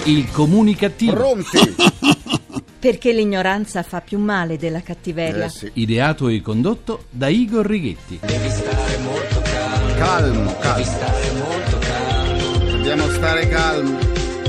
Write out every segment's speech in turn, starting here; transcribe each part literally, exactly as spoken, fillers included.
Il Comunicativo. Pronti? Perché l'ignoranza fa più male della cattiveria. Eh sì. Ideato e condotto da Igor Righetti. Devi stare molto calmo. Calmo, calmo. Devi stare molto calmo. Dobbiamo stare calmi.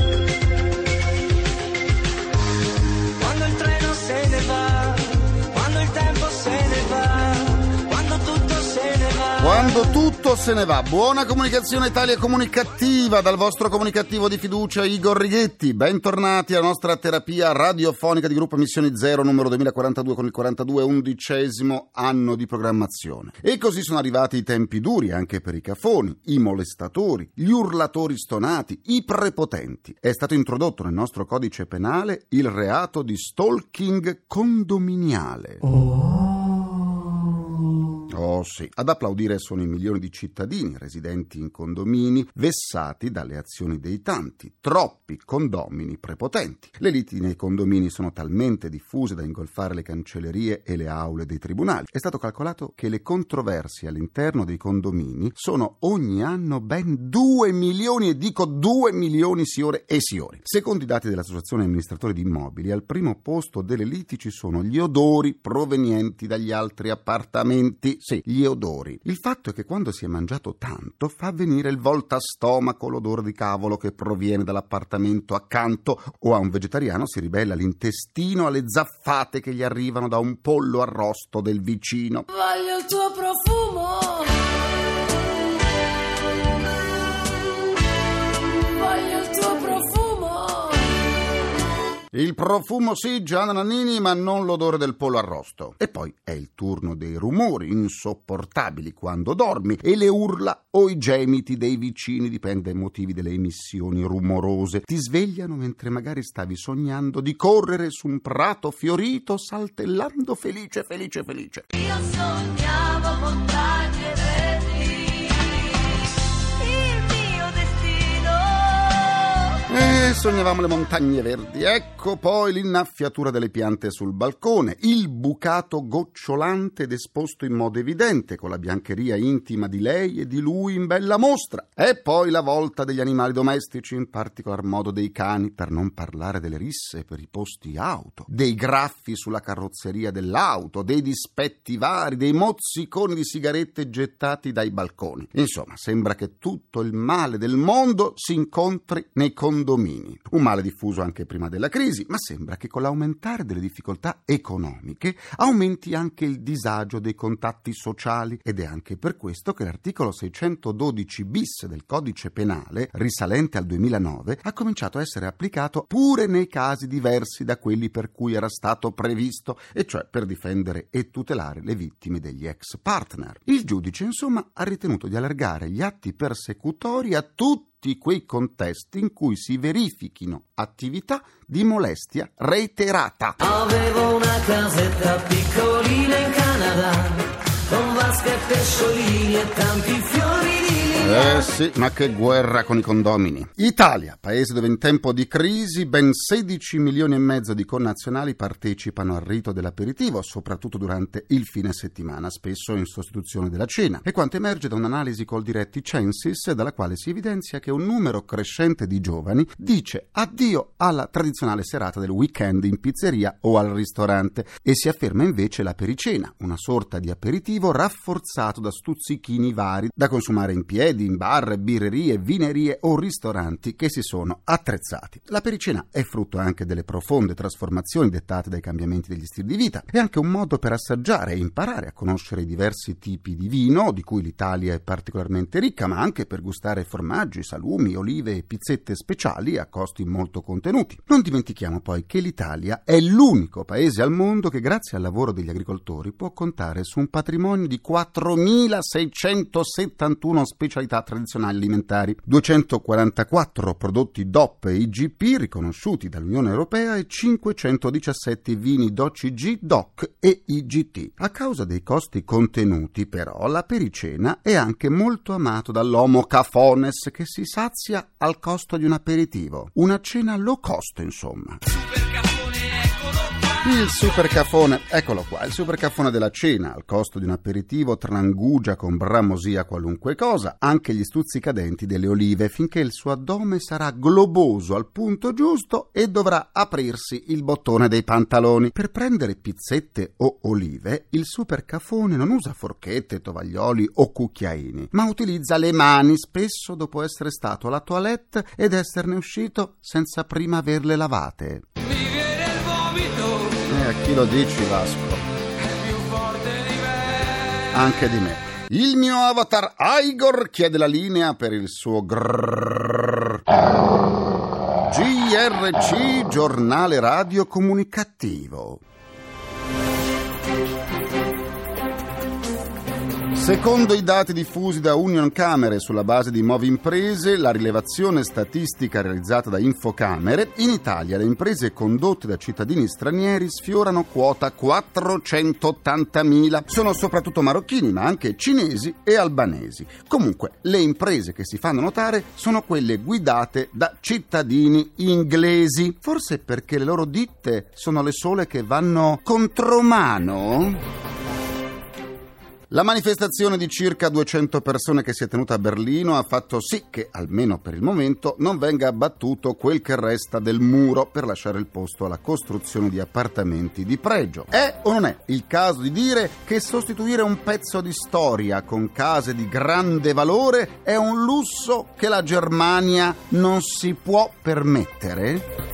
Quando il treno se ne va, quando il tempo se ne va, quando tutto se ne va. Quando tutto se ne va. Buona comunicazione Italia comunicativa dal vostro comunicativo di fiducia Igor Righetti. Bentornati alla nostra terapia radiofonica di gruppo Missioni Zero numero duemilaquarantadue con il quarantadue undicesimo anno di programmazione. E così sono arrivati i tempi duri anche per i cafoni, i molestatori, gli urlatori stonati, i prepotenti. È stato introdotto nel nostro codice penale il reato di stalking condominiale. Oh sì, ad applaudire sono i milioni di cittadini residenti in condomini vessati dalle azioni dei tanti, troppi condomini prepotenti. Le liti nei condomini sono talmente diffuse da ingolfare le cancellerie e le aule dei tribunali. È stato calcolato che le controversie all'interno dei condomini sono ogni anno ben due milioni, e dico due milioni signore e signori. Secondo i dati dell'Associazione Amministratori di Immobili, al primo posto delle liti ci sono gli odori provenienti dagli altri appartamenti. Sì, gli odori. Il fatto è che quando si è mangiato tanto fa venire il voltastomaco, l'odore di cavolo che proviene dall'appartamento accanto, o a un vegetariano si ribella l'intestino alle zaffate che gli arrivano da un pollo arrosto del vicino. Voglio il tuo profumo. Voglio il tuo profumo. Il profumo sì, Gianna Nannini, ma non l'odore del pollo arrosto. E poi è il turno dei rumori insopportabili quando dormi e le urla o i gemiti dei vicini, dipende dai motivi delle emissioni rumorose. Ti svegliano mentre magari stavi sognando di correre su un prato fiorito saltellando felice, felice, felice. Io sognavo montagne verdi, il mio destino. E sognavamo le montagne verdi. Ecco poi l'innaffiatura delle piante sul balcone, il bucato gocciolante ed esposto in modo evidente, con la biancheria intima di lei e di lui in bella mostra. E poi la volta degli animali domestici, in particolar modo dei cani, per non parlare delle risse per i posti auto, dei graffi sulla carrozzeria dell'auto, dei dispetti vari, dei mozziconi di sigarette gettati dai balconi. Insomma, sembra che tutto il male del mondo si incontri nei condomini. Un male diffuso anche prima della crisi, ma sembra che con l'aumentare delle difficoltà economiche aumenti anche il disagio dei contatti sociali, ed è anche per questo che l'articolo seicentododici bis del codice penale, risalente al duemilanove, ha cominciato a essere applicato pure nei casi diversi da quelli per cui era stato previsto, e cioè per difendere e tutelare le vittime degli ex partner. Il giudice, insomma, ha ritenuto di allargare gli atti persecutori a tutti quei contesti in cui si verifichino attività di molestia reiterata. Avevo una casetta piccolina in Canada, con vasche e pesciolini e tanti fiori di Eh sì, ma che guerra con i condomini. Italia, paese dove in tempo di crisi ben sedici milioni e mezzo di connazionali partecipano al rito dell'aperitivo, soprattutto durante il fine settimana, spesso in sostituzione della cena. E quanto emerge da un'analisi Coldiretti Censis, dalla quale si evidenzia che un numero crescente di giovani dice addio alla tradizionale serata del weekend in pizzeria o al ristorante e si afferma invece l'apericena, una sorta di aperitivo rafforzato da stuzzichini vari da consumare in piedi, in bar, birrerie, vinerie o ristoranti che si sono attrezzati. La pericena è frutto anche delle profonde trasformazioni dettate dai cambiamenti degli stili di vita. È anche un modo per assaggiare e imparare a conoscere i diversi tipi di vino, di cui l'Italia è particolarmente ricca, ma anche per gustare formaggi, salumi, olive e pizzette speciali a costi molto contenuti. Non dimentichiamo poi che l'Italia è l'unico paese al mondo che, grazie al lavoro degli agricoltori, può contare su un patrimonio di quattromilaseicentosettantuno specialità tradizionali alimentari, duecentoquarantaquattro prodotti D O P e I G P riconosciuti dall'Unione Europea e cinquecentodiciassette vini D O C G, D O C e I G T. A causa dei costi contenuti, però, la pericena è anche molto amato dall'homo cafones, che si sazia al costo di un aperitivo. Una cena low cost, insomma. Il supercafone, eccolo qua, il supercafone della cena, al costo di un aperitivo trangugia con bramosia qualunque cosa, anche gli stuzzicadenti delle olive, finché il suo addome sarà globoso al punto giusto e dovrà aprirsi il bottone dei pantaloni. Per prendere pizzette o olive, il supercafone non usa forchette, tovaglioli o cucchiaini, ma utilizza le mani, spesso dopo essere stato alla toilette ed esserne uscito senza prima averle lavate. E a chi lo dici, Vasco? Anche di me. Il mio avatar Igor chiede la linea per il suo grrrr. G R C, giornale radio comunicativo. Secondo i dati diffusi da Unioncamere sulla base di Movimprese, la rilevazione statistica realizzata da Infocamere, in Italia le imprese condotte da cittadini stranieri sfiorano quota quattrocentottantamila. Sono soprattutto marocchini, ma anche cinesi e albanesi. Comunque, le imprese che si fanno notare sono quelle guidate da cittadini inglesi. Forse perché le loro ditte sono le sole che vanno contromano? La manifestazione di circa duecento persone che si è tenuta a Berlino ha fatto sì che, almeno per il momento, non venga abbattuto quel che resta del muro per lasciare il posto alla costruzione di appartamenti di pregio. È o non è il caso di dire che sostituire un pezzo di storia con case di grande valore è un lusso che la Germania non si può permettere?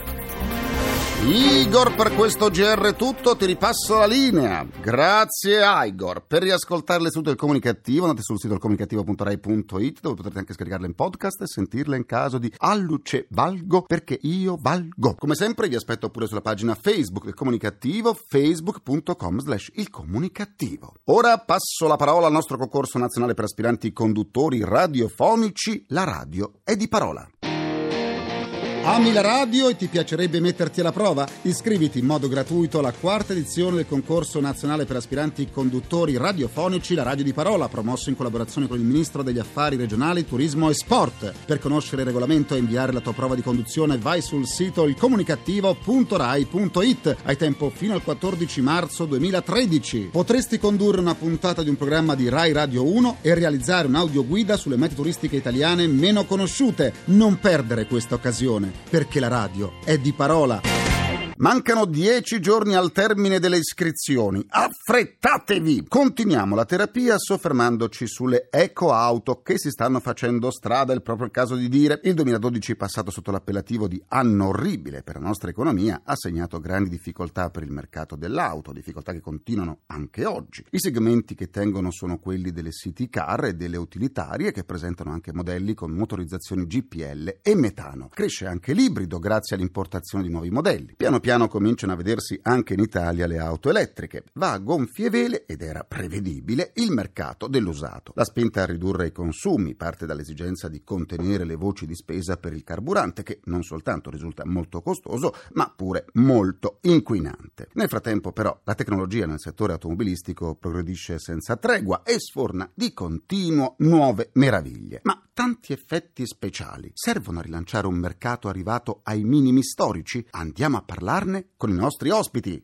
Igor, per questo G R è tutto, ti ripasso la linea. Grazie Igor. Per riascoltare le sedute del Comunicativo andate sul sito comunicativo punto rai punto it, dove potrete anche scaricarle in podcast e sentirle in caso di alluce valgo, perché io valgo. Come sempre vi aspetto pure sulla pagina Facebook del Comunicativo, facebook punto com slash il comunicativo. Ora passo la parola al nostro concorso nazionale per aspiranti conduttori radiofonici. La radio è di parola. Ami la radio e ti piacerebbe metterti alla prova? Iscriviti in modo gratuito alla quarta edizione del concorso nazionale per aspiranti conduttori radiofonici La Radio di Parola, promosso in collaborazione con il Ministro degli Affari Regionali, Turismo e Sport. Per conoscere il regolamento e inviare la tua prova di conduzione vai sul sito ilcomunicativo punto rai punto it. Hai tempo fino al quattordici marzo duemilatredici. Potresti condurre una puntata di un programma di Rai Radio uno e realizzare un'audioguida sulle mete turistiche italiane meno conosciute. Non perdere questa occasione, perché la radio è di parola. Mancano dieci giorni al termine delle iscrizioni. Affrettatevi! Continuiamo la terapia soffermandoci sulle ecoauto che si stanno facendo strada, è proprio il caso di dire. Il duemiladodici, passato sotto l'appellativo di anno orribile per la nostra economia, ha segnato grandi difficoltà per il mercato dell'auto, difficoltà che continuano anche oggi. I segmenti che tengono sono quelli delle city car e delle utilitarie, che presentano anche modelli con motorizzazioni G P L e metano. Cresce anche l'ibrido grazie all'importazione di nuovi modelli. Piano piano cominciano a vedersi anche in Italia le auto elettriche. Va a gonfie vele, ed era prevedibile, il mercato dell'usato. La spinta a ridurre i consumi parte dall'esigenza di contenere le voci di spesa per il carburante, che non soltanto risulta molto costoso, ma pure molto inquinante. Nel frattempo, però, la tecnologia nel settore automobilistico progredisce senza tregua e sforna di continuo nuove meraviglie. Ma tanti effetti speciali servono a rilanciare un mercato arrivato ai minimi storici? Andiamo a parlarne con i nostri ospiti.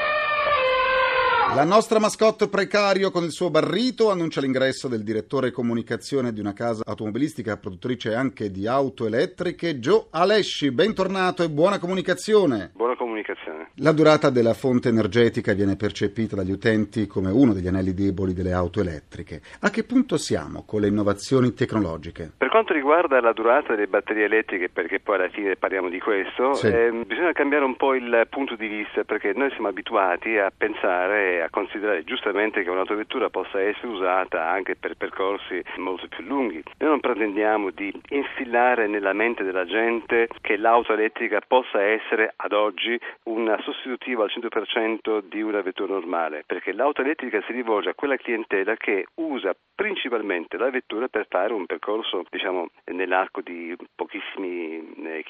La nostra mascotte precario con il suo barrito annuncia l'ingresso del direttore comunicazione di una casa automobilistica produttrice anche di auto elettriche, Joe Alesci. Bentornato e buona comunicazione. Buona comunicazione. La durata della fonte energetica viene percepita dagli utenti come uno degli anelli deboli delle auto elettriche. A che punto siamo con le innovazioni tecnologiche? Per quanto riguarda la durata delle batterie elettriche, perché poi alla fine parliamo di questo, sì. eh, bisogna cambiare un po' il punto di vista, perché noi siamo abituati a pensare, a considerare giustamente che un'autovettura possa essere usata anche per percorsi molto più lunghi. Noi non pretendiamo di infilare nella mente della gente che l'auto elettrica possa essere ad oggi una sostitutiva al cento per cento di una vettura normale, perché l'auto elettrica si rivolge a quella clientela che usa principalmente la vettura per fare un percorso, diciamo, nell'arco di pochissimi eh,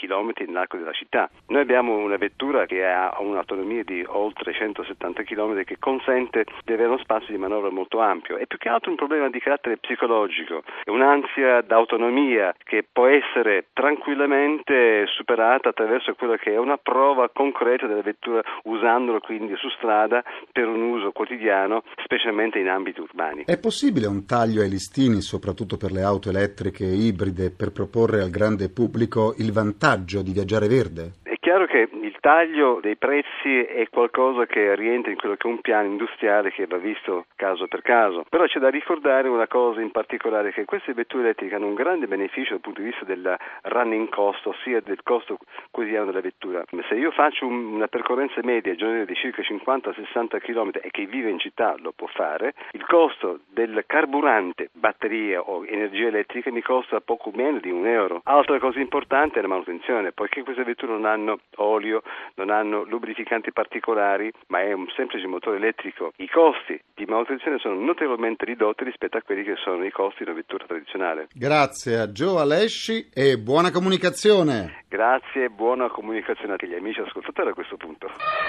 chilometri nell'arco della città. Noi abbiamo una vettura che ha un'autonomia di oltre centosettanta chilometri che consente di avere uno spazio di manovra molto ampio. È più che altro un problema di carattere psicologico, è un'ansia d'autonomia che può essere tranquillamente superata attraverso quello che è una prova concreta della vettura, usandolo quindi su strada per un uso quotidiano, specialmente in ambiti urbani. È possibile un taglio ai listini, soprattutto per le auto elettriche e ibride, per proporre al grande pubblico il vantaggio di viaggiare verde? È chiaro che il taglio dei prezzi è qualcosa che rientra in quello che è un piano industriale che va visto caso per caso, però c'è da ricordare una cosa in particolare, che queste vetture elettriche hanno un grande beneficio dal punto di vista del running cost, ossia del costo quotidiano della vettura. Se io faccio un, una percorrenza media giornaliera di circa cinquanta sessanta chilometri e chi vive in città lo può fare, il costo del carburante, batteria o energia elettrica mi costa poco meno di un euro. Altra cosa importante è la manutenzione, poiché queste vetture non hanno olio, non hanno lubrificanti particolari, ma è un semplice motore elettrico. I costi di manutenzione sono notevolmente ridotti rispetto a quelli che sono i costi di una vettura tradizionale. Grazie a Joe Alesci e buona comunicazione. Grazie e buona comunicazione agli amici ascoltatori a questo punto.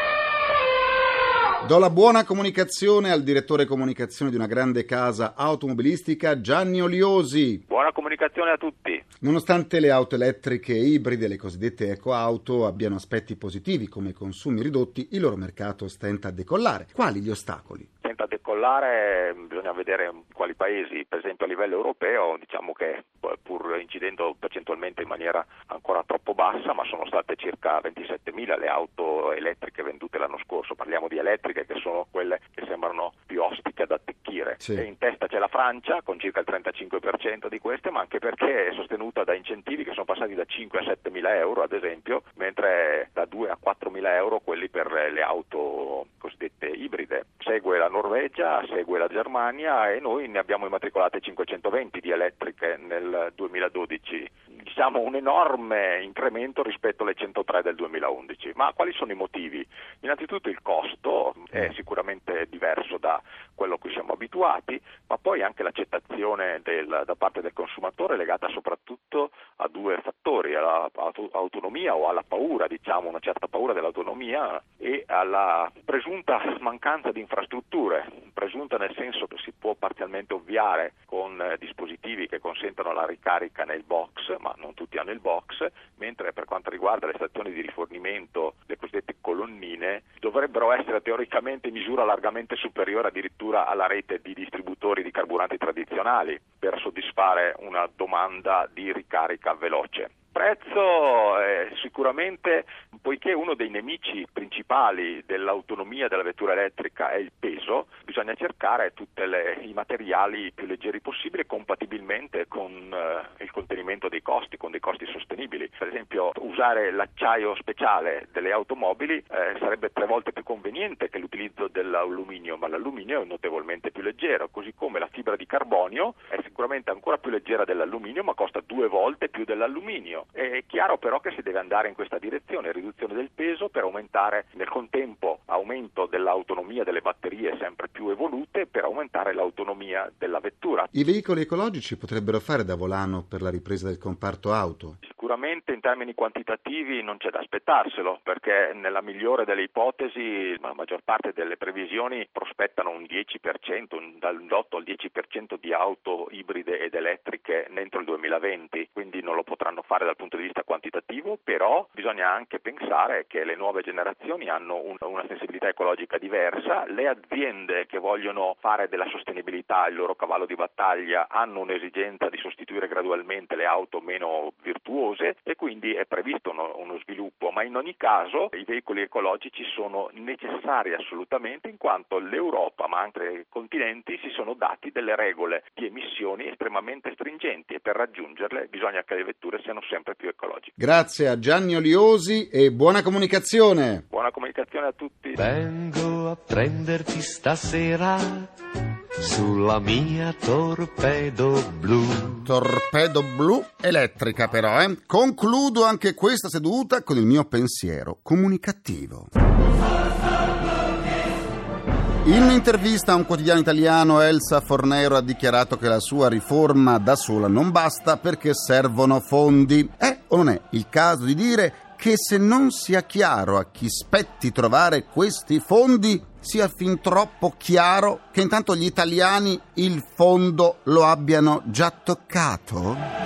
Do la buona comunicazione al direttore comunicazione di una grande casa automobilistica, Gianni Oliosi. Buona comunicazione a tutti. Nonostante le auto elettriche e ibride, le cosiddette ecoauto, abbiano aspetti positivi come consumi ridotti, il loro mercato stenta a decollare. Quali gli ostacoli? Stenta a decollare, bisogna vedere quali paesi. Per esempio a livello europeo, diciamo che pur incidendo percentualmente in maniera ancora troppo bassa, ma sono state circa ventisettemila le auto elettriche vendute l'anno scorso. Parliamo di elettriche che sono quelle che sembrano più ostiche ad attecchire. Sì. E in testa c'è la Francia con circa il trentacinque per cento di queste, ma anche perché è sostenuta da incentivi che sono passati da cinque a settemila euro ad esempio, mentre da due a quattromila euro quelli per le auto cosiddette ibride. Segue la Norvegia, segue la Germania e noi ne abbiamo immatricolate cinquecentoventi di elettriche nel duemiladodici. Diciamo un enorme incremento rispetto alle centotré del duemilaundici. Ma quali sono i motivi? Innanzitutto il costo è sicuramente diverso da quello a cui siamo abituati, ma poi anche l'accettazione del, da parte del consumatore legata soprattutto a due fattori, alla autonomia o alla paura, diciamo una certa paura dell'autonomia e alla presunta mancanza di infrastrutture, presunta nel senso che si può parzialmente ovviare con eh, dispositivi che consentono la ricarica nel box, ma non tutti hanno il box, mentre per quanto riguarda le stazioni di rifornimento, le cosiddette colonnine, dovrebbero essere teoricamente in misura largamente superiore addirittura alla rete di distributori di carburanti tradizionali per soddisfare una domanda di ricarica veloce. Prezzo eh, sicuramente, poiché uno dei nemici principali dell'autonomia della vettura elettrica è il peso, bisogna cercare tutti i materiali più leggeri possibili compatibilmente con eh, il contenimento dei costi, con dei costi sostenibili. Per esempio usare l'acciaio speciale delle automobili eh, sarebbe tre volte più conveniente che l'utilizzo dell'alluminio, ma l'alluminio è notevolmente più leggero, così come la fibra di carbonio è sicuramente ancora più leggera dell'alluminio, ma costa due volte più dell'alluminio. È chiaro però che si deve andare in questa direzione, riduzione del peso per aumentare nel contempo aumento dell'autonomia delle batterie sempre più evolute per aumentare l'autonomia della vettura. I veicoli ecologici potrebbero fare da volano per la ripresa del comparto auto? Sicuramente in termini quantitativi non c'è da aspettarselo, perché nella migliore delle ipotesi la maggior parte delle previsioni prospettano un dieci per cento, dall'otto al dieci per cento di auto ibride ed elettriche entro il duemilaventi, quindi non lo potranno fare dal punto di vista quantitativo, però bisogna anche pensare che le nuove generazioni hanno un, una sensibilità ecologica diversa, le aziende che vogliono fare della sostenibilità il loro cavallo di battaglia hanno un'esigenza di sostituire gradualmente le auto meno virtuose e quindi è previsto uno, uno sviluppo, ma in ogni caso i veicoli ecologici sono necessari assolutamente, in quanto l'Europa ma anche i continenti si sono dati delle regole di emissioni estremamente stringenti e per raggiungerle bisogna che le vetture siano sempre più ecologiche. Grazie a Gianni Oliosi e buona comunicazione. Buona comunicazione a tutti. Vengo a prenderti stasera sulla mia torpedo blu. Torpedo blu elettrica però, eh? Concludo anche questa seduta con il mio pensiero comunicativo. In intervista a un quotidiano italiano, Elsa Fornero ha dichiarato che la sua riforma da sola non basta perché servono fondi. Eh, O non è il caso di dire che se non sia chiaro a chi spetti trovare questi fondi, sia fin troppo chiaro che intanto gli italiani il fondo lo abbiano già toccato?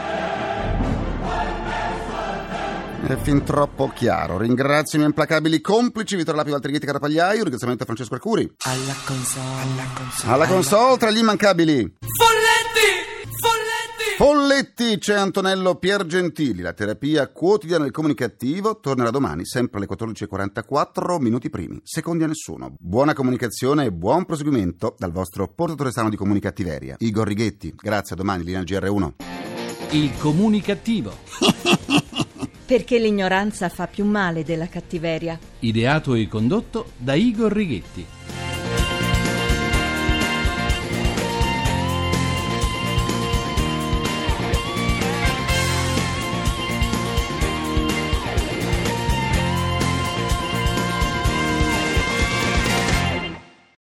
È fin troppo chiaro. Ringrazio i miei implacabili complici Vittorio Lapi, Walter Righetti, Carapagliaio. Un ringraziamento a Francesco Arcuri. Alla console, alla console. Alla console, tra gli immancabili Folletti! Folletti! Folletti, c'è Antonello Piergentili. La terapia quotidiana del comunicativo tornerà domani, sempre alle quattordici e quarantaquattro, minuti primi, secondi a nessuno. Buona comunicazione e buon proseguimento dal vostro portatore sano di comunicattiveria, Igor Righetti. Grazie, a domani, linea G R uno. Il comunicativo. Perché l'ignoranza fa più male della cattiveria. Ideato e condotto da Igor Righetti.